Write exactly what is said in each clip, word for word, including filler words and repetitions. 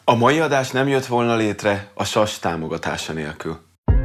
A mai adás nem jött volna létre a es á es támogatása nélkül.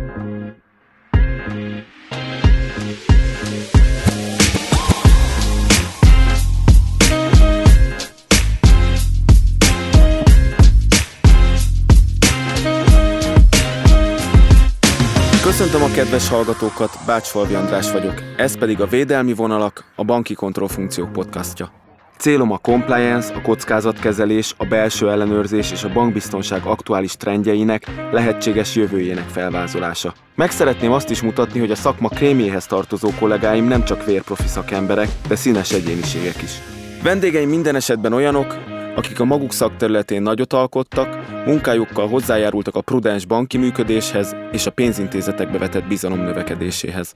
Köszöntöm a kedves hallgatókat, Bácsfalvi András vagyok, ez pedig a Védelmi Vonalak, a Banki Kontrollfunkciók podcastja. Célom a compliance, a kockázatkezelés, a belső ellenőrzés és a bankbiztonság aktuális trendjeinek, lehetséges jövőjének felvázolása. Meg szeretném azt is mutatni, hogy a szakma krémjéhez tartozó kollégáim nem csak vérprofi szakemberek, de színes egyéniségek is. Vendégeim minden esetben olyanok, akik a maguk szakterületén nagyot alkottak, munkájukkal hozzájárultak a prudens banki működéshez és a pénzintézetekbe vetett bizalom növekedéséhez.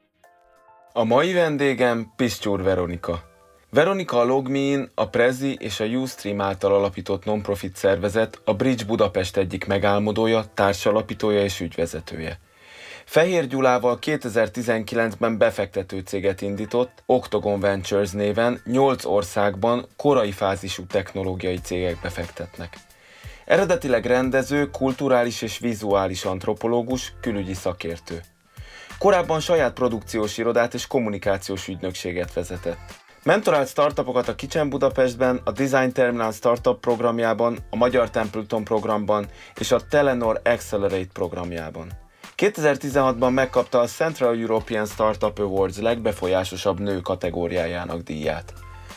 A mai vendégem Pisztyúr Veronika. Veronika a LogMeIn, a Prezi és a Ustream által alapított non-profit szervezet, a Bridge Budapest egyik megálmodója, társalapítója és ügyvezetője. Fehér Gyulával kétezer-tizenkilencben befektető céget indított, Octagon Ventures néven, nyolc országban korai fázisú technológiai cégekbe fektetnek. Eredetileg rendező, kulturális és vizuális antropológus, külügyi szakértő. Korábban saját produkciós irodát és kommunikációs ügynökséget vezetett. Mentorált startupokat a Kitchen Budapestben, a Design Terminal Startup programjában, a Magyar Templeton programban és a Telenor Accelerate programjában. kétezer-tizenhatban megkapta a Central European Startup Awards legbefolyásosabb nő kategóriájának díját.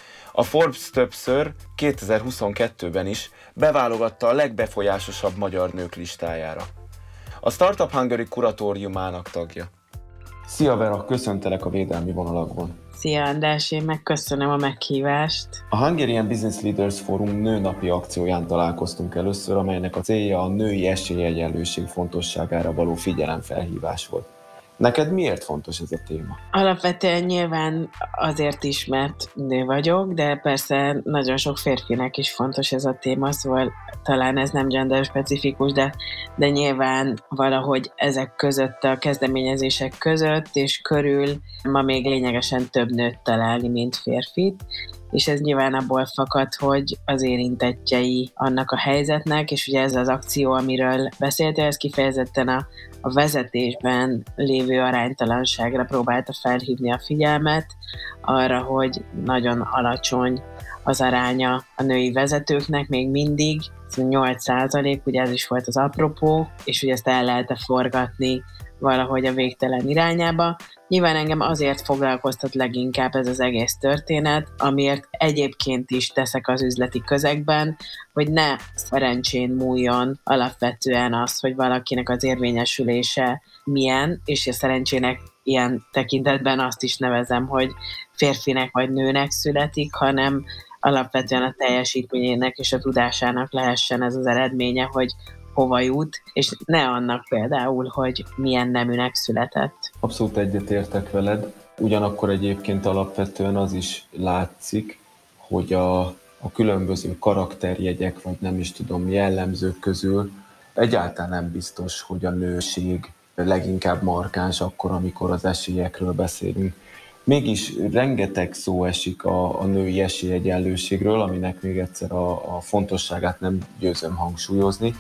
A Forbes többször, kétezer-huszonkettőben is beválogatta a legbefolyásosabb magyar nők listájára. A Startup Hungary kuratóriumának tagja. Szia Vera, köszöntelek a Védelmi Vonalakban. Szia András, én megköszönöm a meghívást. A Hungarian Business Leaders Forum nőnapi akcióján találkoztunk először, amelynek a célja a női esélyegyenlőség fontosságára való figyelemfelhívás volt. Neked miért fontos ez a téma? Alapvetően nyilván azért is, mert nő vagyok, de persze nagyon sok férfinek is fontos ez a téma, szóval talán ez nem gender specifikus, de, de nyilván valahogy ezek között, a kezdeményezések között és körül ma még lényegesen több nőt találni, mint férfit, és ez nyilván abból fakad, hogy az érintettjei annak a helyzetnek, és ugye ez az akció, amiről beszéltél, ez kifejezetten a, a vezetésben lévő aránytalanságra próbálta felhívni a figyelmet, arra, hogy nagyon alacsony az aránya a női vezetőknek még mindig, nyolc százalék, ugye ez is volt az apropó, és ugye ezt el lehet forgatni valahogy a végtelen irányába. Nyilván engem azért foglalkoztat leginkább ez az egész történet, amiért egyébként is teszek az üzleti közegben, hogy ne szerencsén múljon alapvetően az, hogy valakinek az érvényesülése milyen, és a szerencsének ilyen tekintetben azt is nevezem, hogy férfinek vagy nőnek születik, hanem alapvetően a teljesítményének és a tudásának lehessen ez az eredménye, hogy hova jut, és ne annak például, hogy milyen neműnek született. Abszolút egyetértek veled, ugyanakkor egyébként alapvetően az is látszik, hogy a, a különböző karakterjegyek, vagy nem is tudom, jellemzők közül egyáltalán nem biztos, hogy a nőség leginkább markáns akkor, amikor az esélyekről beszélünk. Mégis rengeteg szó esik a, a női esélyegyenlőségről, aminek még egyszer a, a fontosságát nem győzöm hangsúlyozni.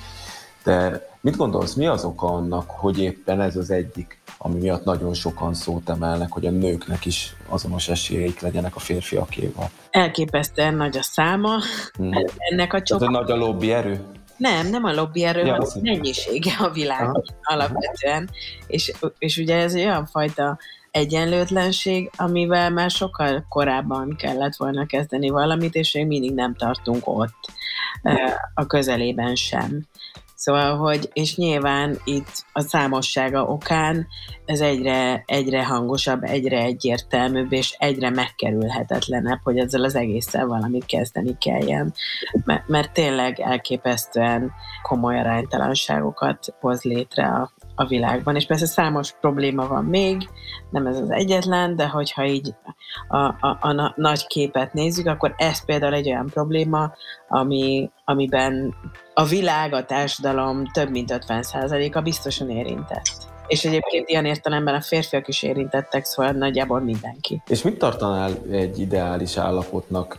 De mit gondolsz, mi az oka annak, hogy éppen ez az egyik, ami miatt nagyon sokan szót emelnek, hogy a nőknek is azonos esélyeik legyenek a férfiakéval? Elképesztően nagy a száma hmm. ennek a csoportnak. Ez nagy a lobby erő? Nem, nem a lobby erő, ja, hanem a mennyisége a világon alapvetően. És, és ugye ez olyan fajta egyenlőtlenség, amivel már sokkal korábban kellett volna kezdeni valamit, és még mindig nem tartunk ott a közelében sem. Szóval, hogy, és nyilván itt a számossága okán ez egyre, egyre hangosabb, egyre egyértelműbb, és egyre megkerülhetetlenebb, hogy ezzel az egésszel valamit kezdeni kelljen. Mert, mert tényleg elképesztően komoly aránytalanságokat hoz létre a, a világban. És persze számos probléma van még, nem ez az egyetlen, de hogyha így a, a, a nagy képet nézzük, akkor ez például egy olyan probléma, ami, amiben a világ, a társadalom több mint ötven százaléka biztosan érintett. És egyébként ilyen értelemben a férfiak is érintettek, szóval nagyjából mindenki. És mit tartanál egy ideális állapotnak?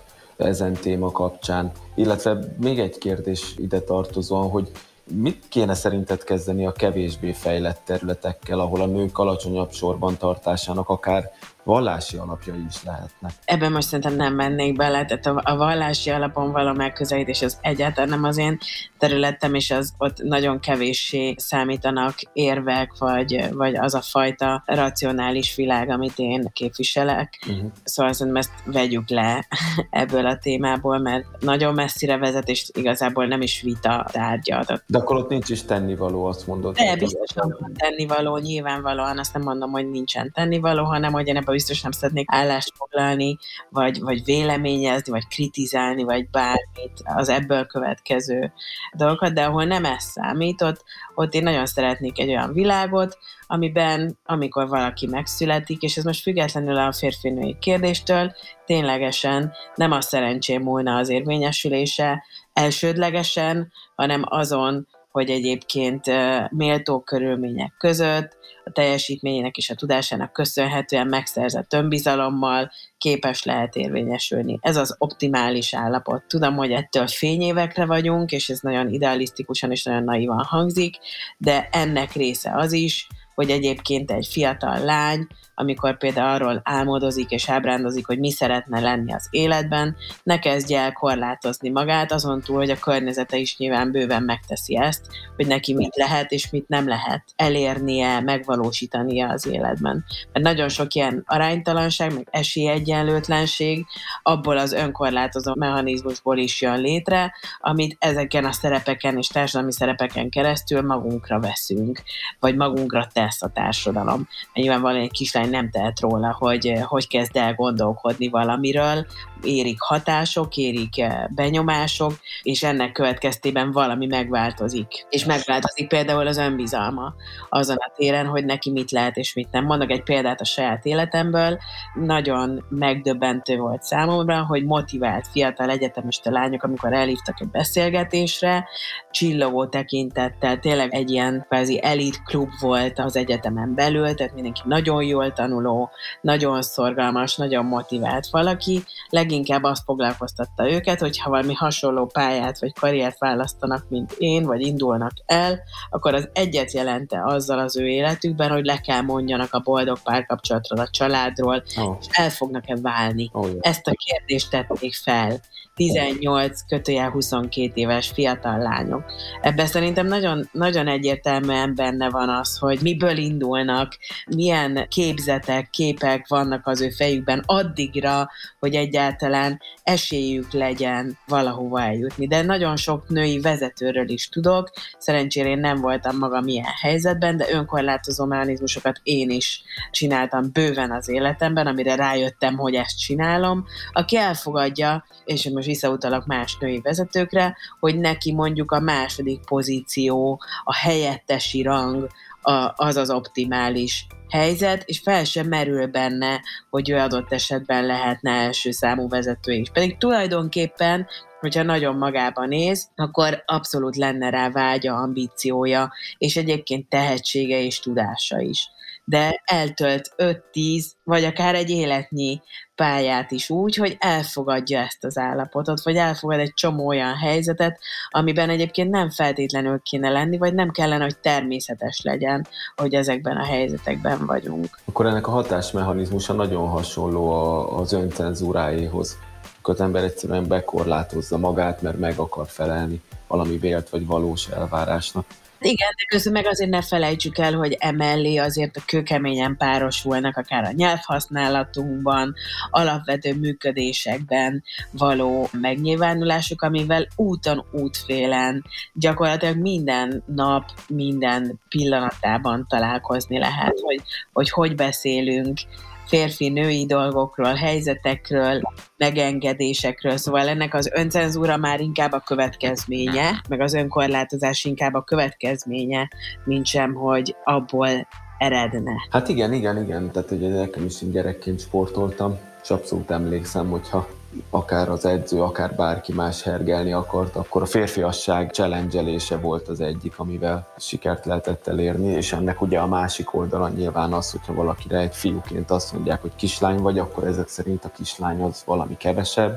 ezen téma kapcsán. Illetve még egy kérdés ide tartozóan, hogy mit kéne szerinted kezdeni a kevésbé fejlett területekkel, ahol a nők alacsonyabb sorban tartásának akár vallási alapjai is lehetnek? Ebben most szerintem nem mennék bele, tehát a, a vallási alapon való megközelítés az egyáltalán nem az én területem, és az ott nagyon kevéssé számítanak érvek, vagy, vagy az a fajta racionális világ, amit én képviselek. Uh-huh. Szóval szerintem ezt vegyük le ebből a témából, mert nagyon messzire vezet, és igazából nem is vita tárgya. De akkor ott nincs is tennivaló, azt mondod. De biztosan van tennivaló, nyilvánvalóan azt nem mondom, hogy nincsen tennivaló, hanem hogy én ebben biztos nem szeretnék állást foglalni, vagy, vagy véleményezni, vagy kritizálni, vagy bármit, az ebből következő dolgokat, de ahol nem ez számított, ott én nagyon szeretnék egy olyan világot, amiben, amikor valaki megszületik, és ez most függetlenül a férfi-női kérdéstől, ténylegesen nem a szerencsém múlna az érvényesülése elsődlegesen, hanem azon, hogy egyébként méltó körülmények között a teljesítményének és a tudásának köszönhetően megszerzett önbizalommal képes lehet érvényesülni. Ez az optimális állapot. Tudom, hogy ettől fényévekre vagyunk, és ez nagyon idealisztikusan és nagyon naivan hangzik, de ennek része az is, hogy egyébként egy fiatal lány, amikor például arról álmodozik és ábrándozik, hogy mi szeretne lenni az életben, ne kezdje el korlátozni magát, azon túl, hogy a környezete is nyilván bőven megteszi ezt, hogy neki mit lehet és mit nem lehet elérnie, megvalósítania az életben. Mert nagyon sok ilyen aránytalanság, meg esélyegyenlőtlenség abból az önkorlátozó mechanizmusból is jön létre, amit ezeken a szerepeken és társadalmi szerepeken keresztül magunkra veszünk, vagy magunkra tesz a társadalom. Mert nyilván van egy kislány nem tehet róla, hogy hogy kezd el gondolkodni valamiről, érik hatások, érik benyomások, és ennek következtében valami megváltozik. És megváltozik például az önbizalma azon a téren, hogy neki mit lehet és mit nem. Mondok egy példát a saját életemből. Nagyon megdöbbentő volt számomra, hogy motivált fiatal egyetemista lányok, amikor elhívtak egy beszélgetésre, csillogó tekintettel, tényleg egy ilyen kvázi elit klub volt az egyetemen belül, tehát mindenki nagyon jól tanuló, nagyon szorgalmas, nagyon motivált valaki. Leginkább azt foglalkoztatta őket, hogy ha valami hasonló pályát vagy karriert választanak, mint én, vagy indulnak el, akkor az egyet jelente azzal az ő életükben, hogy le kell mondjanak a boldog párkapcsolatról, a családról, oh. és el fognak-e válni. Oh, yeah. Ezt a kérdést tették fel. tizennyolc kötőjel huszonkét éves fiatal lányok. Ebben szerintem nagyon, nagyon egyértelműen benne van az, hogy miből indulnak, milyen képzetek, képek vannak az ő fejükben addigra, hogy egyáltalán esélyük legyen valahova eljutni. De nagyon sok női vezetőről is tudok, szerencsére én nem voltam magam ilyen helyzetben, de önkorlátozó mechanizmusokat én is csináltam bőven az életemben, amire rájöttem, hogy ezt csinálom, aki elfogadja, és most visszautalak más női vezetőkre, hogy neki mondjuk a második pozíció, a helyettesi rang, a, az az optimális helyzet, és fel sem merül benne, hogy ő adott esetben lehetne első számú vezető is. Pedig tulajdonképpen, hogyha nagyon magába néz, akkor abszolút lenne rá vágya, ambíciója, és egyébként tehetsége és tudása is. De eltölt öt-tíz, vagy akár egy életnyi pályát is úgy, hogy elfogadja ezt az állapotot, vagy elfogad egy csomó olyan helyzetet, amiben egyébként nem feltétlenül kéne lenni, vagy nem kellene, hogy természetes legyen, hogy ezekben a helyzetekben vagyunk. Akkor ennek a hatásmechanizmusa nagyon hasonló az öncenzúráéhoz. Akkor az ember egyszerűen bekorlátozza magát, mert meg akar felelni valami vélt vagy valós elvárásnak. Igen, de közben meg azért ne felejtsük el, hogy emellé azért a kőkeményen párosulnak akár a nyelvhasználatunkban, alapvető működésekben való megnyilvánulások, amivel úton, útfélen gyakorlatilag minden nap, minden pillanatában találkozni lehet, hogy hogy, hogy beszélünk férfi-női dolgokról, helyzetekről, megengedésekről, szóval ennek az öncenzúra már inkább a következménye, meg az önkorlátozás inkább a következménye, mint sem, hogy abból eredne. Hát igen, igen, igen, tehát ugye nekem is gyerekként sportoltam, és abszolút emlékszem, hogyha akár az edző, akár bárki más hergelni akart, akkor a férfiasság challenge-elése volt az egyik, amivel sikert lehetett elérni, és ennek ugye a másik oldala nyilván az, hogyha valakire egy fiúként azt mondják, hogy kislány vagy, akkor ezek szerint a kislány az valami kevesebb,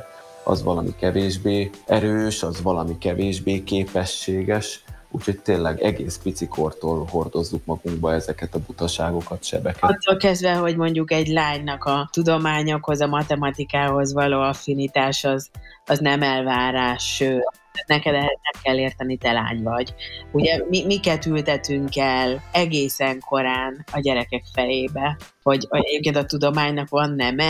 az valami kevésbé erős, az valami kevésbé képességes, úgyhogy tényleg egész picikortól hordozzuk magunkba ezeket a butaságokat, sebeket. Attól kezdve, hogy mondjuk egy lánynak a tudományokhoz, a matematikához való affinitás az, az nem elvárás, sőt, neked ehhez nem kell érteni, te lány vagy. Ugye mi, miket ültetünk el egészen korán a gyerekek fejébe, hogy, hogy egyébként a tudománynak van neme,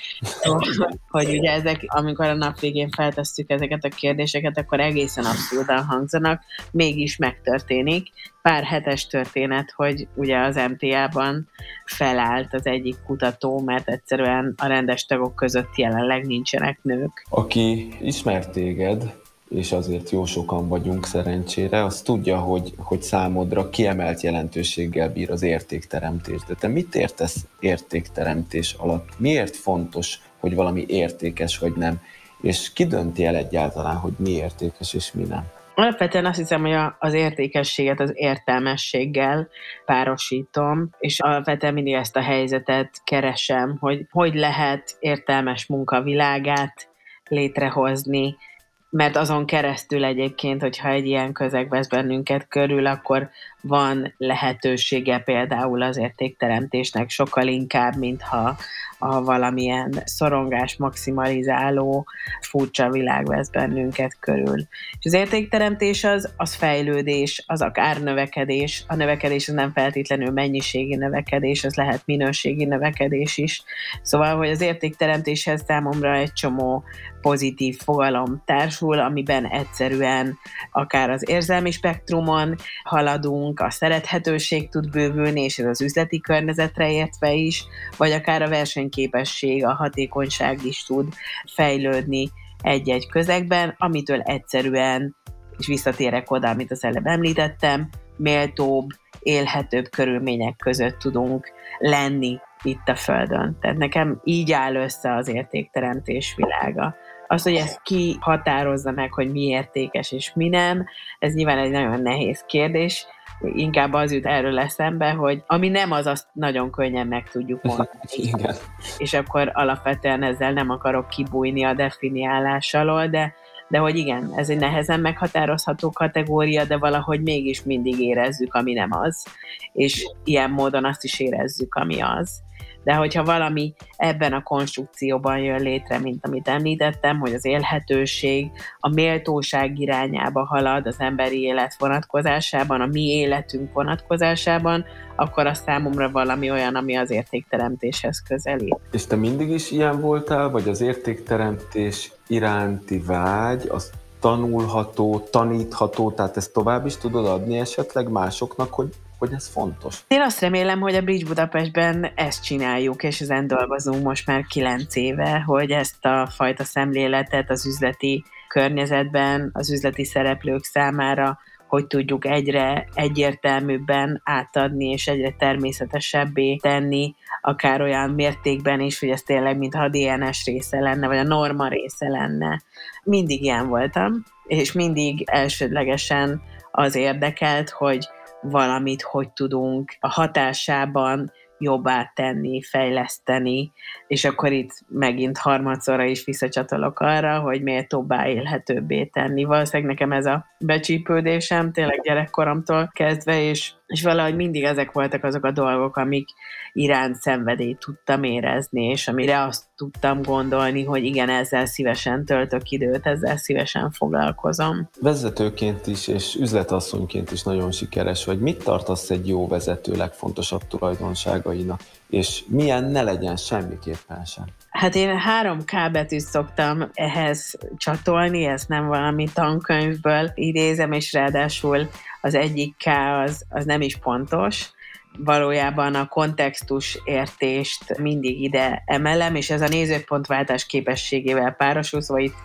hogy ugye ezek, amikor a nap végén feltesszük ezeket a kérdéseket, akkor egészen abszurdan hangzanak, mégis megtörténik. Pár hetes történet, hogy ugye az em té á-ban felállt az egyik kutató, mert egyszerűen a rendes tagok között jelenleg nincsenek nők. Aki ismer téged, és azért jó sokan vagyunk szerencsére, az tudja, hogy, hogy számodra kiemelt jelentőséggel bír az értékteremtés. De te mit értesz értékteremtés alatt? Miért fontos, hogy valami értékes vagy nem? És ki dönti el egyáltalán, hogy mi értékes és mi nem? Alapvetően azt hiszem, hogy az értékességet az értelmességgel párosítom, és alapvetően mindig ezt a helyzetet keresem, hogy hogy lehet értelmes munkavilágát létrehozni, mert azon keresztül egyébként, hogyha egy ilyen közeg vesz bennünket körül, akkor van lehetősége például az értékteremtésnek sokkal inkább, mintha ha valamilyen szorongás maximalizáló furcsa világ vesz bennünket körül. És az értékteremtés az, az fejlődés, az akár növekedés. A növekedés az nem feltétlenül mennyiségi növekedés, az lehet minőségi növekedés is. Szóval, hogy az értékteremtéshez számomra egy csomó pozitív fogalom társul, amiben egyszerűen akár az érzelmi spektrumon haladunk, a szerethetőség tud bővülni, és ez az üzleti környezetre értve is, vagy akár a versenyképesség, a hatékonyság is tud fejlődni egy-egy közegben, amitől egyszerűen, és visszatérek oda, amit az előbb említettem, méltóbb, élhetőbb körülmények között tudunk lenni itt a Földön. Tehát nekem így áll össze az értékteremtés világa. Az, hogy ezt ki határozza meg, hogy mi értékes és mi nem, ez nyilván egy nagyon nehéz kérdés. Inkább az jut erről eszembe, hogy ami nem az, azt nagyon könnyen meg tudjuk mondani. Igen. És akkor alapvetően ezzel nem akarok kibújni a definiálás alól, de, de hogy igen, ez egy nehezen meghatározható kategória, de valahogy mégis mindig érezzük, ami nem az. És ilyen módon azt is érezzük, ami az. De hogyha valami ebben a konstrukcióban jön létre, mint amit említettem, hogy az élhetőség a méltóság irányába halad az emberi élet vonatkozásában, a mi életünk vonatkozásában, akkor az számomra valami olyan, ami az értékteremtéshez közelít. És te mindig is ilyen voltál, vagy az értékteremtés iránti vágy, az tanulható, tanítható, tehát ezt tovább is tudod adni esetleg másoknak, hogy hogy ez fontos? Én azt remélem, hogy a Bridge Budapestben ezt csináljuk, és ezen dolgozunk most már kilenc éve, hogy ezt a fajta szemléletet az üzleti környezetben, az üzleti szereplők számára hogy tudjuk egyre egyértelműbben átadni, és egyre természetesebbé tenni, akár olyan mértékben is, hogy ez tényleg mintha a dé en es része lenne, vagy a norma része lenne. Mindig ilyen voltam, és mindig elsődlegesen az érdekelt, hogy valamit hogy tudunk a hatásában jobbá tenni, fejleszteni, és akkor itt megint harmadszorra is visszacsatolok arra, hogy méltóbbá, élhetőbbé tenni. Valószínűleg nekem ez a becsípődésem, tényleg gyerekkoromtól kezdve, és, és valahogy mindig ezek voltak azok a dolgok, amik iránt szenvedélyt tudtam érezni, és amire azt tudtam gondolni, hogy igen, ezzel szívesen töltök időt, ezzel szívesen foglalkozom. Vezetőként is, és üzletasszonyként is nagyon sikeres vagy. Mit tartasz egy jó vezető legfontosabb tulajdonságainak, és milyen ne legyen semmiképpen sem? Hát én három K betűt szoktam ehhez csatolni, ezt nem valami tankönyvből idézem, és ráadásul az egyik K az, az nem is pontos. Valójában a kontextus értést mindig ide emelem, és ez a nézőpontváltás képességével párosul, szóval itt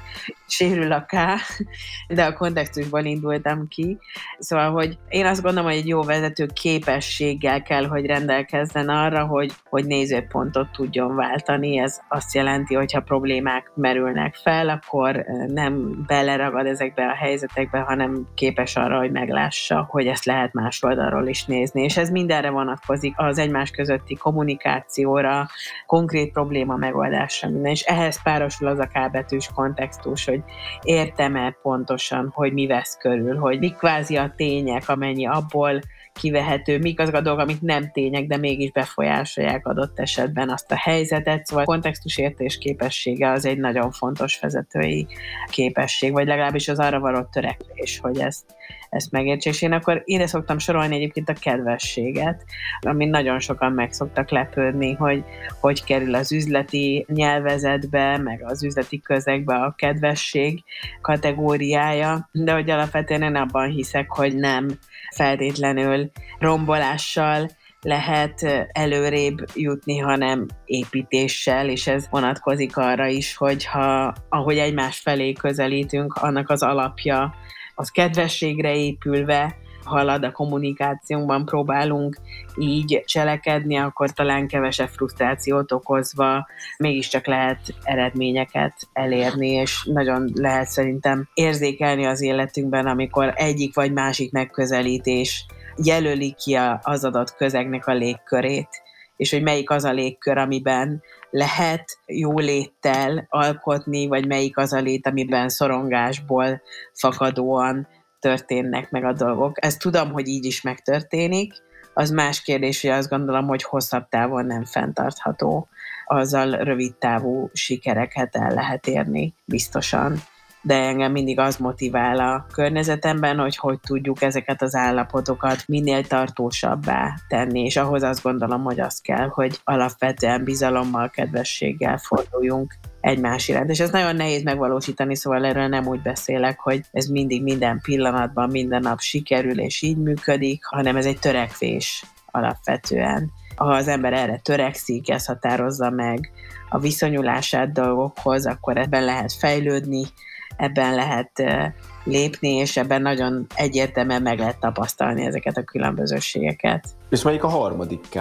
sérül a K, de a kontextusból indultam ki. Szóval, hogy én azt gondolom, hogy egy jó vezető képességgel kell, hogy rendelkezzen arra, hogy, hogy nézőpontot tudjon váltani. Ez azt jelenti, hogy ha problémák merülnek fel, akkor nem beleragad ezekbe a helyzetekbe, hanem képes arra, hogy meglássa, hogy ezt lehet más oldalról is nézni. És ez mindenre vonatkozik, az egymás közötti kommunikációra, konkrét probléma megoldásra, minden. És ehhez párosul az a K betűs kontextus, hogy értem-e pontosan, hogy mi vesz körül, hogy mi kvázi a tények, amennyi abból kivehető, mik azok a dolgok, amik nem tények, de mégis befolyásolják adott esetben azt a helyzetet. Szóval a kontextusértés képessége az egy nagyon fontos vezetői képesség, vagy legalábbis az arra való törekvés, hogy ezt, ezt megértse. És én akkor ide szoktam sorolni egyébként a kedvességet, amin nagyon sokan meg szoktak lepődni, hogy hogy kerül az üzleti nyelvezetbe, meg az üzleti közegbe a kedvesség kategóriája, de hogy alapvetően én abban hiszek, hogy nem feltétlenül rombolással lehet előrébb jutni, hanem építéssel, és ez vonatkozik arra is, hogyha ahogy egymás felé közelítünk, annak az alapja az kedvességre épülve halad a kommunikációnkban, próbálunk így cselekedni, akkor talán kevesebb frusztrációt okozva mégiscsak lehet eredményeket elérni, és nagyon lehet szerintem érzékelni az életünkben, amikor egyik vagy másik megközelítés jelöli ki az adott közegnek a légkörét, és hogy melyik az a légkör, amiben lehet jóléttel alkotni, vagy melyik az a lét, amiben szorongásból fakadóan történnek meg a dolgok. Ezt tudom, hogy így is megtörténik. Az más kérdés, hogy azt gondolom, hogy hosszabb távon nem fenntartható. Azzal rövid távú sikereket el lehet érni, biztosan. De engem mindig az motivál a környezetemben, hogy hogy tudjuk ezeket az állapotokat minél tartósabbá tenni, és ahhoz azt gondolom, hogy az kell, hogy alapvetően bizalommal, kedvességgel forduljunk egymás iránt. És ez nagyon nehéz megvalósítani, szóval erről nem úgy beszélek, hogy ez mindig minden pillanatban, minden nap sikerül és így működik, hanem ez egy törekvés alapvetően. Ha az ember erre törekszik, ezt határozza meg a viszonyulását dolgokhoz, akkor ebben lehet fejlődni, ebben lehet lépni, és ebben nagyon egyértelműen meg lehet tapasztalni ezeket a különbözőségeket. És melyik a harmadik K?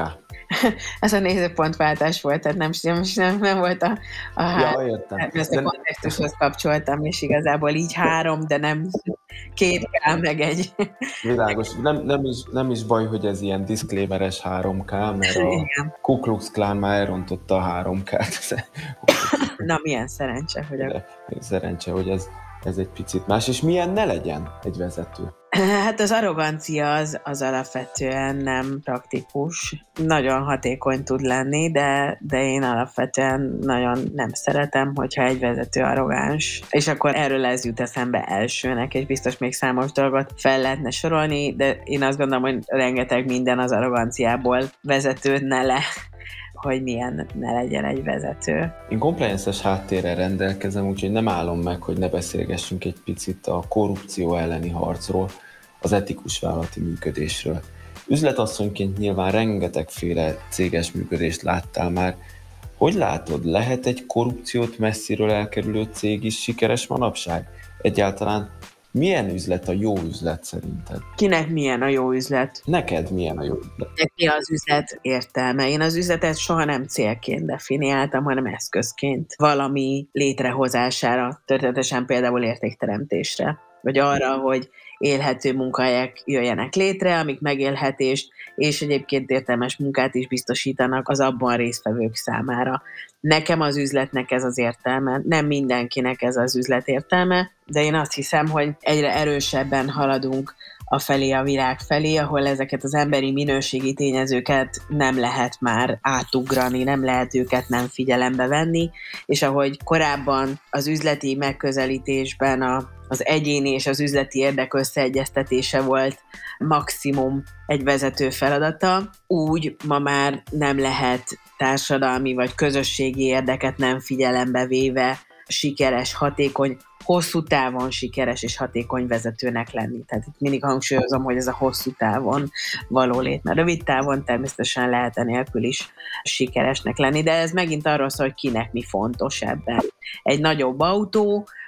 Ez a nézőpontváltás volt, tehát nem, nem, nem volt a, a három. Ja, értem. Ezt a kontextushoz kapcsoltam, és igazából így három, de nem két K meg egy. Világos. Nem, nem, is, nem is baj, hogy ez ilyen diszklémeres három K, mert a Igen. Ku Klux Klan már elrontotta a három K-t. Na, milyen szerencse, hogy a... Szerencse, hogy ez, ez egy picit más. És milyen ne legyen egy vezető? Hát az arrogancia az, az alapvetően nem praktikus. Nagyon hatékony tud lenni, de, de én alapvetően nagyon nem szeretem, hogyha egy vezető arrogáns. És akkor erről ez jut eszembe elsőnek, és biztos még számos dolgot fel lehetne sorolni, de én azt gondolom, hogy rengeteg minden az arroganciából vezetődne le, hogy milyen ne legyen egy vezető. Én compliance-es háttérrel rendelkezem, úgyhogy nem állom meg, hogy ne beszélgessünk egy picit a korrupció elleni harcról, az etikus vállalati működésről. Üzletasszonyként nyilván rengetegféle céges működést láttál már. Hogy látod, lehet egy korrupciót messziről elkerülő cég is sikeres manapság? Egyáltalán milyen üzlet a jó üzlet szerinted? Kinek milyen a jó üzlet? Neked milyen a jó üzlet? Neki az üzlet értelme. Én az üzletet soha nem célként definiáltam, hanem eszközként. Valami létrehozására, történetesen például értékteremtésre. Vagy arra, hogy élhető munkahelyek jöjjenek létre, amik megélhetést és egyébként értelmes munkát is biztosítanak az abban résztvevők számára. Nekem az üzletnek ez az értelme, nem mindenkinek ez az üzlet értelme, de én azt hiszem, hogy egyre erősebben haladunk a felé, a világ felé, ahol ezeket az emberi minőségi tényezőket nem lehet már átugrani, nem lehet őket nem figyelembe venni, és ahogy korábban az üzleti megközelítésben a, az egyéni és az üzleti érdek összeegyeztetése volt maximum egy vezető feladata, úgy ma már nem lehet társadalmi vagy közösségi érdeket nem figyelembe véve sikeres, hatékony, hosszú távon sikeres és hatékony vezetőnek lenni. Tehát itt mindig hangsúlyozom, hogy ez a hosszú távon való lét, mert rövid távon természetesen lehet enélkül is sikeresnek lenni, de ez megint arról szól, hogy kinek mi fontos ebben. Egy nagyobb autó,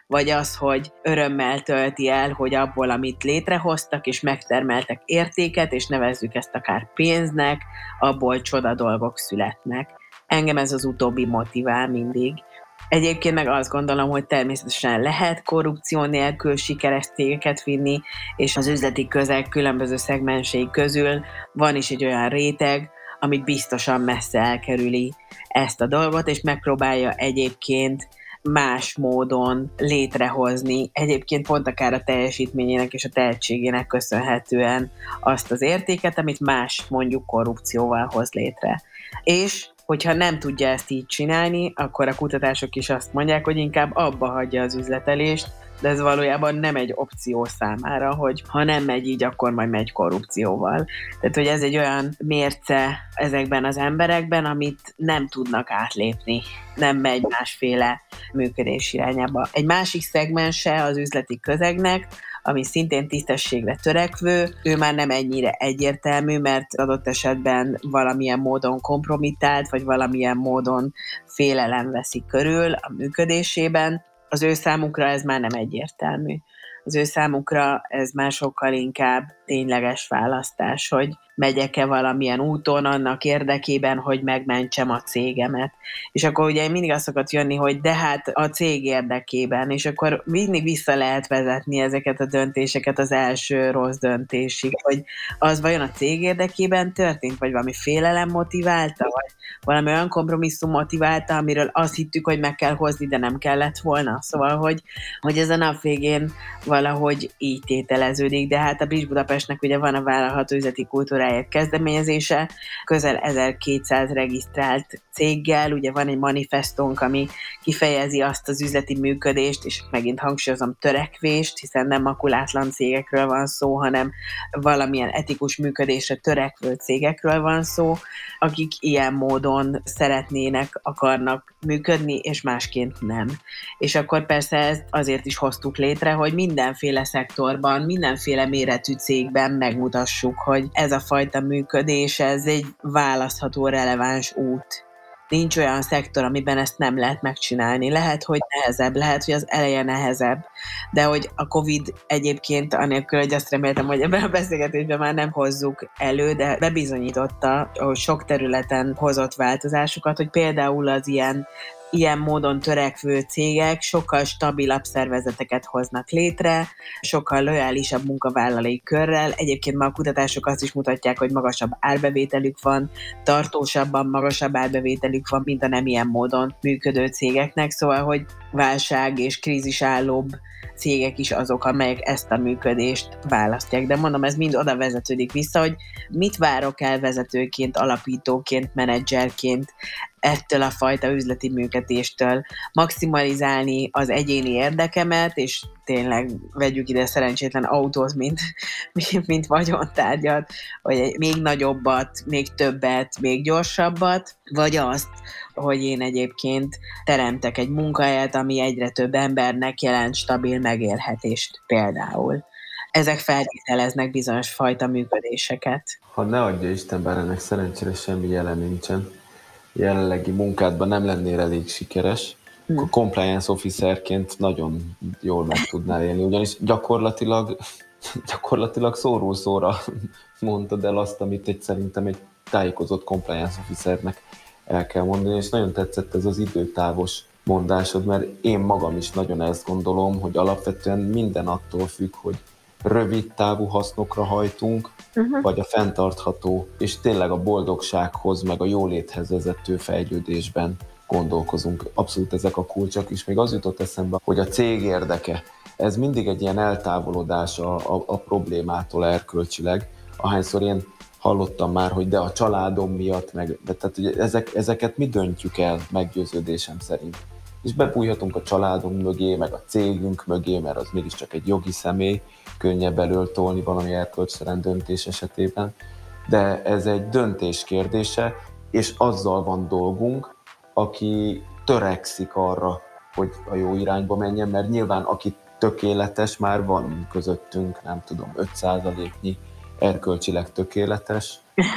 vagy az, hogy örömmel tölti el, hogy abból, amit létrehoztak, és megtermeltek értéket, és nevezzük ezt akár pénznek, abból csoda dolgok születnek. Engem ez az utóbbi motivál mindig. Egyébként meg azt gondolom, hogy természetesen lehet korrupció nélkül sikeres cégeket vinni, és az üzleti közeg különböző szegmensei közül van is egy olyan réteg, amit biztosan messze elkerüli ezt a dolgot, és megpróbálja egyébként más módon létrehozni, egyébként pont akár a teljesítményének és a tehetségének köszönhetően azt az értéket, amit más mondjuk korrupcióval hoz létre. És hogyha nem tudja ezt így csinálni, akkor a kutatások is azt mondják, hogy inkább abba hagyja az üzletelést, de ez valójában nem egy opció számára, hogy ha nem megy így, akkor majd megy korrupcióval. Tehát, hogy ez egy olyan mérce ezekben az emberekben, amit nem tudnak átlépni. Nem megy másféle működés irányába. Egy másik szegmense az üzleti közegnek, ami szintén tisztességre törekvő, ő már nem ennyire egyértelmű, mert adott esetben valamilyen módon kompromittált, vagy valamilyen módon félelem veszi körül a működésében. Az ő számukra ez már nem egyértelmű. Az ő számukra ez már sokkal inkább tényleges választás, hogy megyek-e valamilyen úton annak érdekében, hogy megmentsem a cégemet. És akkor ugye mindig azt szokott jönni, hogy de hát a cég érdekében, és akkor mindig vissza lehet vezetni ezeket a döntéseket az első rossz döntésig, hogy az vajon a cég érdekében történt, vagy valami félelem motiválta, vagy valami olyan kompromisszum motiválta, amiről azt hittük, hogy meg kell hozni, de nem kellett volna. Szóval, hogy, hogy ez a nap végén valahogy így tételeződik, de hát a Bridge Budapestnek ugye van a vállalható üzleti kultúráért kezdeményezése, közel ezerkétszáz regisztrált céggel, ugye van egy manifestónk, ami kifejezi azt az üzleti működést, és megint hangsúlyozom törekvést, hiszen nem makulátlan cégekről van szó, hanem valamilyen etikus működésre törekvő cégekről van szó, akik ilyen módon szeretnének, akarnak működni, és másként nem. És akkor persze ezt azért is hoztuk létre, hogy mindenféle szektorban, mindenféle méretű cégben megmutassuk, hogy ez a fajta működés, ez egy választható, releváns út. Nincs olyan szektor, amiben ezt nem lehet megcsinálni. Lehet, hogy nehezebb, lehet, hogy az eleje nehezebb, de hogy a Covid egyébként, anélkül, hogy azt reméltem, hogy ebben a beszélgetésben már nem hozzuk elő, de bebizonyította, hogy sok területen hozott változásokat, hogy például az ilyen ilyen módon törekvő cégek sokkal stabilabb szervezeteket hoznak létre, sokkal lojálisabb munkavállalói körrel. Egyébként ma a kutatások azt is mutatják, hogy magasabb árbevételük van, tartósabban magasabb árbevételük van, mint a nem ilyen módon működő cégeknek. Szóval, hogy válság és krízisállóbb cégek is azok, amelyek ezt a működést választják. De mondom, ez mind oda vezetődik vissza, hogy mit várok el vezetőként, alapítóként, menedzserként ettől a fajta üzleti működéstől. Maximalizálni az egyéni érdekemet, és tényleg vegyük ide szerencsétlen autót, mint, mint vagyontárgyat, vagy még nagyobbat, még többet, még gyorsabbat, vagy azt, hogy én egyébként teremtek egy munkahelyet, ami egyre több embernek jelent stabil megélhetést például. Ezek feltételeznek bizonyos fajta működéseket. Ha ne adja Isten, bár ennek szerencsére semmi jelen nincsen, jelenlegi munkádban nem lennél elég sikeres, hmm. akkor compliance officerként nagyon jól meg tudnál élni, ugyanis gyakorlatilag, gyakorlatilag szóról szóra mondtad el azt, amit egy, szerintem egy tájékozott compliance officernek el kell mondani, és nagyon tetszett ez az időtávos mondásod, mert én magam is nagyon ezt gondolom, hogy alapvetően minden attól függ, hogy rövid távú hasznokra hajtunk, uh-huh. vagy a fenntartható, és tényleg a boldogsághoz, meg a jóléthez vezető fejlődésben gondolkozunk. Abszolút ezek a kulcsok is. Még az jutott eszembe, hogy a cég érdeke, ez mindig egy ilyen eltávolodás a, a, a problémától erkölcsileg. Ahányszor én hallottam már, hogy de a családom miatt, meg, de tehát ugye ezek, ezeket mi döntjük el meggyőződésem szerint. És bebújhatunk a családunk mögé, meg a cégünk mögé, mert az mégiscsak egy jogi személy, könnyebb elől tolni valami erkölcstelen döntés esetében, de ez egy döntés kérdése, és azzal van dolgunk, aki törekszik arra, hogy a jó irányba menjen, mert nyilván aki tökéletes, már van közöttünk, nem tudom, öt százaléknyi erkölcsileg tökéletes.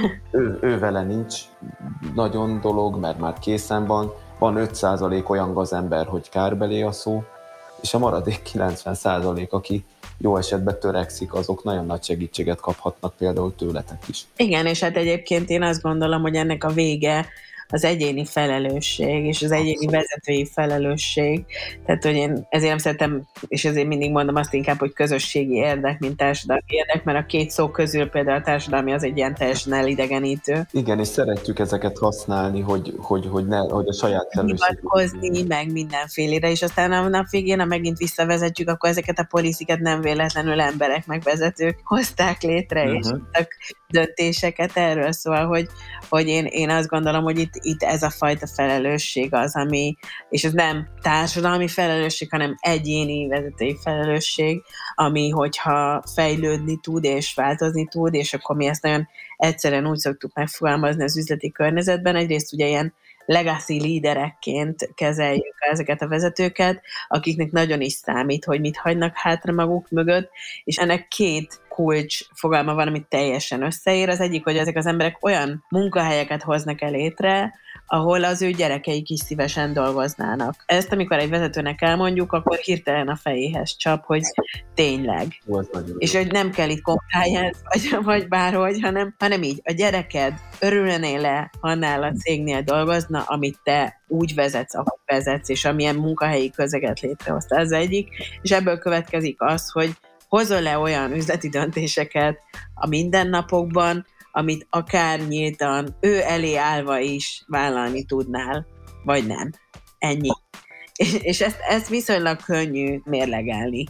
Ő, ő vele nincs nagyon dolog, mert már készen van. Van öt százalék olyan gazember, hogy kárbelé a szó, és a maradék kilencven százalék, aki jó esetben törekszik, azok nagyon nagy segítséget kaphatnak például tőletek is. Igen, és hát egyébként én azt gondolom, hogy ennek a vége az egyéni felelősség, és az egyéni Abszolút. vezetői felelősség. Tehát, hogy én ezért nem szeretem, és ezért mindig mondom azt inkább, hogy közösségi érdek, mint társadalmi érdek, mert a két szó közül például a társadalmi az egy ilyen teljesen elidegenítő. Igen, és szeretjük ezeket használni, hogy, hogy, hogy, ne, hogy a saját felelősségét. Hivatkozni, meg mindenfélére, és aztán a nap végén, ha megint visszavezetjük, akkor ezeket a policyket nem véletlenül emberek, meg vezetők hozták létre, uh-huh. és hoztak döntéseket erről. Szóval, hogy, hogy én, én azt gondolom, hogy itt itt ez a fajta felelősség az, ami, és ez nem társadalmi felelősség, hanem egyéni vezetői felelősség, ami, hogyha fejlődni tud és változni tud, és akkor mi ezt nagyon egyszerűen úgy szoktuk megfogalmazni az üzleti környezetben, egyrészt ugye ilyen legacy líderekként kezeljük ezeket a vezetőket, akiknek nagyon is számít, hogy mit hagynak hátra maguk mögött, és ennek két kulcs fogalma van, amit teljesen összeér. Az egyik, hogy ezek az emberek olyan munkahelyeket hoznak el létre, ahol az ő gyerekeik is szívesen dolgoznának. Ezt, amikor egy vezetőnek elmondjuk, akkor hirtelen a fejéhez csap, hogy tényleg. És hogy nem kell itt compliance, vagy, vagy bárhogy, hanem, hanem így. A gyereked örülne-e, ha annál a cégnél dolgozna, amit te úgy vezetsz, ahogy vezetsz, és amilyen munkahelyi közeget létrehoztál. Ez egyik. És ebből következik az, hogy hozol-e olyan üzleti döntéseket a mindennapokban, amit akár nyíltan ő elé állva is vállalni tudnál, vagy nem. Ennyi. És, és ezt, ezt viszonylag könnyű mérlegelni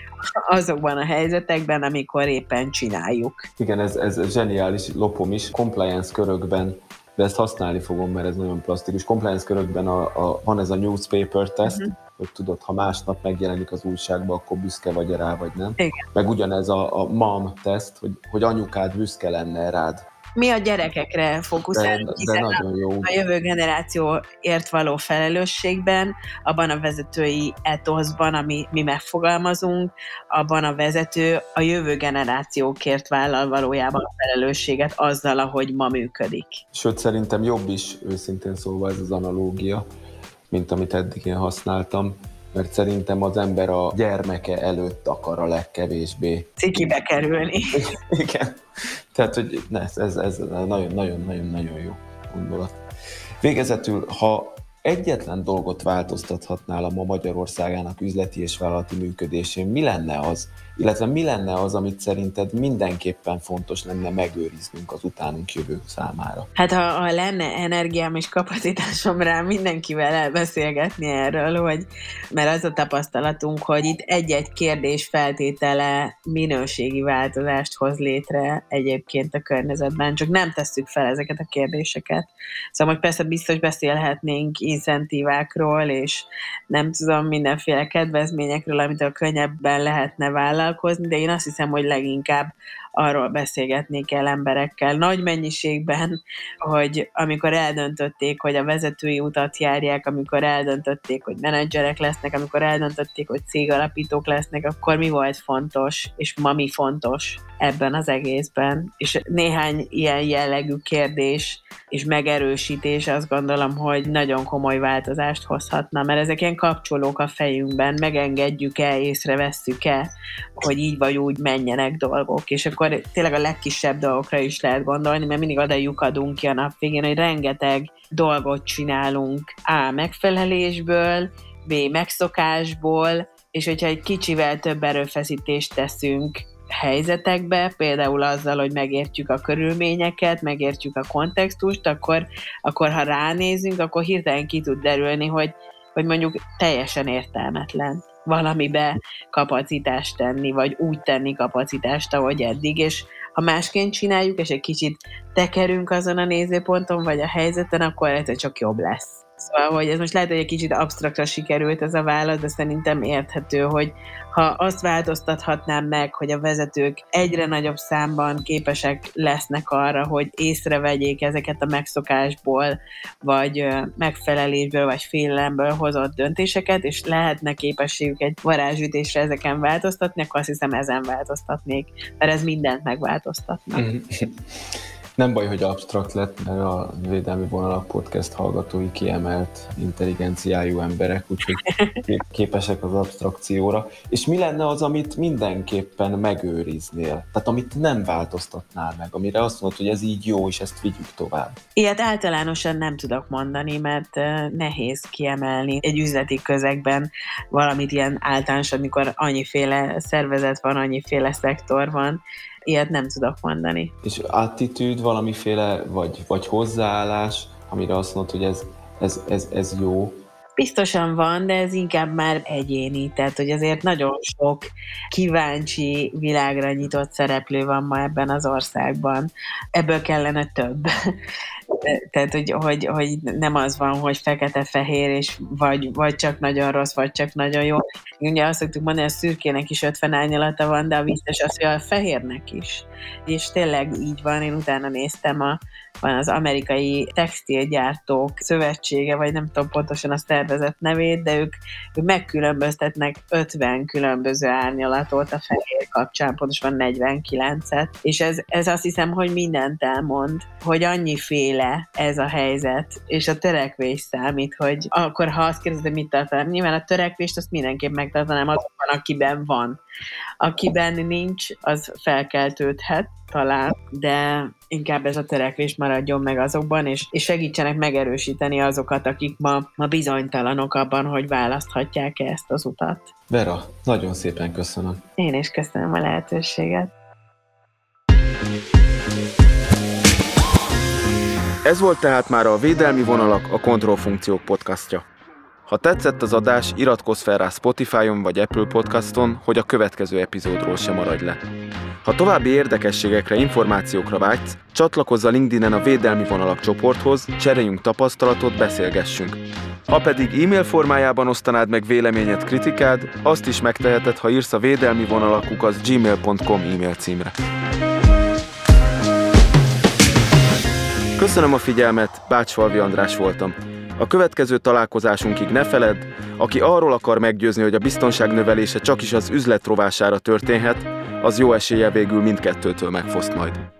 azokban a helyzetekben, amikor éppen csináljuk. Igen, ez, ez zseniális, lopom is. Compliance körökben, de ezt használni fogom, mert ez nagyon plastikus. Compliance körökben a, a, van ez a newspaper test, uh-huh. hogy tudod, ha másnap megjelenik az újságban, akkor büszke vagy rá, vagy nem. Igen. Meg ugyanez a, a mom teszt, hogy, hogy anyukád büszke lenne rád. Mi a gyerekekre fókuszálunk, hiszen a, a jövő generációért való felelősségben, abban a vezetői etoszban, ami mi megfogalmazunk, abban a vezető a jövő generációkért vállal valójában a felelősséget azzal, ahogy ma működik. Sőt, szerintem jobb is, őszintén szólva ez az analógia, mint amit eddig én használtam, mert szerintem az ember a gyermeke előtt akar a legkevésbé cikibe kerülni. Igen. Tehát, hogy ez, ez, ez nagyon-nagyon-nagyon jó gondolat. Végezetül, ha egyetlen dolgot változtathatnál a ma Magyarországának üzleti és vállalati működésén, mi lenne az, illetve mi lenne az, amit szerinted mindenképpen fontos lenne megőriznünk az utánunk jövő számára? Hát ha, ha lenne energiám és kapacitásom rá mindenkivel elbeszélgetni erről, hogy, mert az a tapasztalatunk, hogy itt egy-egy kérdés feltétele minőségi változást hoz létre egyébként a környezetben, csak nem tesszük fel ezeket a kérdéseket. Szóval hogy persze biztos beszélhetnénk incentívákról, és nem tudom, mindenféle kedvezményekről, amitől könnyebben lehetne vállalkozni, de én azt hiszem, hogy leginkább arról beszélgetni kell emberekkel nagy mennyiségben, hogy amikor eldöntötték, hogy a vezetői utat járják, amikor eldöntötték, hogy menedzserek lesznek, amikor eldöntötték, hogy cégalapítók lesznek, akkor mi volt fontos, és ma mi fontos ebben az egészben. És néhány ilyen jellegű kérdés és megerősítés azt gondolom, hogy nagyon komoly változást hozhatna, mert ezek ilyen kapcsolók a fejünkben, megengedjük-e, észrevesszük-e, hogy így vagy úgy menjenek dolgok, és akkor tényleg a legkisebb dolgokra is lehet gondolni, mert mindig oda lyukadunk ki a nap végén, hogy rengeteg dolgot csinálunk A. megfelelésből, B. megszokásból, és hogyha egy kicsivel több erőfeszítést teszünk helyzetekbe, például azzal, hogy megértjük a körülményeket, megértjük a kontextust, akkor, akkor ha ránézünk, akkor hirtelen ki tud derülni, hogy, hogy mondjuk teljesen értelmetlen valamibe kapacitást tenni, vagy úgy tenni kapacitást, ahogy eddig, és ha másként csináljuk, és egy kicsit tekerünk azon a nézőponton, vagy a helyzeten, akkor ez csak jobb lesz. Szóval, hogy ez most lehet, hogy egy kicsit absztraktra sikerült ez a válasz, de szerintem érthető, hogy ha azt változtathatnám meg, hogy a vezetők egyre nagyobb számban képesek lesznek arra, hogy észrevegyék ezeket a megszokásból, vagy megfelelésből, vagy félelemből hozott döntéseket, és lehetne képességük egy varázsütésre ezeken változtatni, akkor azt hiszem ezen változtatnék, mert ez mindent megváltoztatna. Nem baj, hogy absztrakt lett, mert a Védelmi Vonalak podcast hallgatói kiemelt intelligenciájú emberek, úgyhogy képesek az absztrakcióra. És mi lenne az, amit mindenképpen megőriznél? Tehát amit nem változtatnál meg, amire azt mondod, hogy ez így jó, és ezt vigyük tovább. Ilyet általánosan nem tudok mondani, mert nehéz kiemelni egy üzleti közegben valamit ilyen általános, amikor annyiféle szervezet van, annyiféle szektor van. Ilyet nem tudok mondani. És attitűd valamiféle, vagy, vagy hozzáállás, amire azt mondod, hogy ez, ez, ez, ez jó? Biztosan van, de ez inkább már egyéni, tehát hogy azért nagyon sok kíváncsi, világra nyitott szereplő van ma ebben az országban. Ebből kellene több. Tehát, hogy, hogy, hogy nem az van, hogy fekete-fehér, és vagy, vagy csak nagyon rossz, vagy csak nagyon jó. Ugye azt szoktuk mondani, hogy a szürkének is ötven árnyalata van, de a biztos az, hogy a fehérnek is. És tényleg így van, én utána néztem, a, van az Amerikai Textilgyártók Szövetsége, vagy nem tudom pontosan a szervezet nevét, de ők, ők megkülönböztetnek ötven különböző árnyalatot a fehér kapcsán, pontosan negyvenkilencet. És ez, ez azt hiszem, hogy mindent elmond, hogy annyiféle ez a helyzet, és a törekvés számít, hogy akkor, ha azt kérdezed, hogy mit tartanám, nyilván a törekvést azt mindenképp megtartanám azokban, akiben van. Akiben nincs, az felkeltődhet talán, de inkább ez a törekvés maradjon meg azokban, és, és segítsenek megerősíteni azokat, akik ma, ma bizonytalanok abban, hogy választhatják ezt az utat. Vera, nagyon szépen köszönöm. Én is köszönöm a lehetőséget. Ez volt tehát már a Védelmi Vonalak, a Kontrollfunkciók podcastja. Ha tetszett az adás, iratkozz fel rá Spotify-on vagy Apple Podcaston, hogy a következő epizódról sem maradj le. Ha további érdekességekre, információkra vágysz, csatlakozz a LinkedIn-en a Védelmi Vonalak csoporthoz, cseréljünk tapasztalatot, beszélgessünk. Ha pedig e-mail formájában osztanád meg véleményed, kritikád, azt is megteheted, ha írsz a védelmi vonalak kukac gmail pont com e-mail címre. Köszönöm a figyelmet, Bácsfalvi András voltam. A következő találkozásunkig ne feledd, aki arról akar meggyőzni, hogy a biztonság növelése csakis az üzlet rovására történhet, az jó eséllyel végül mindkettőtől megfoszt majd.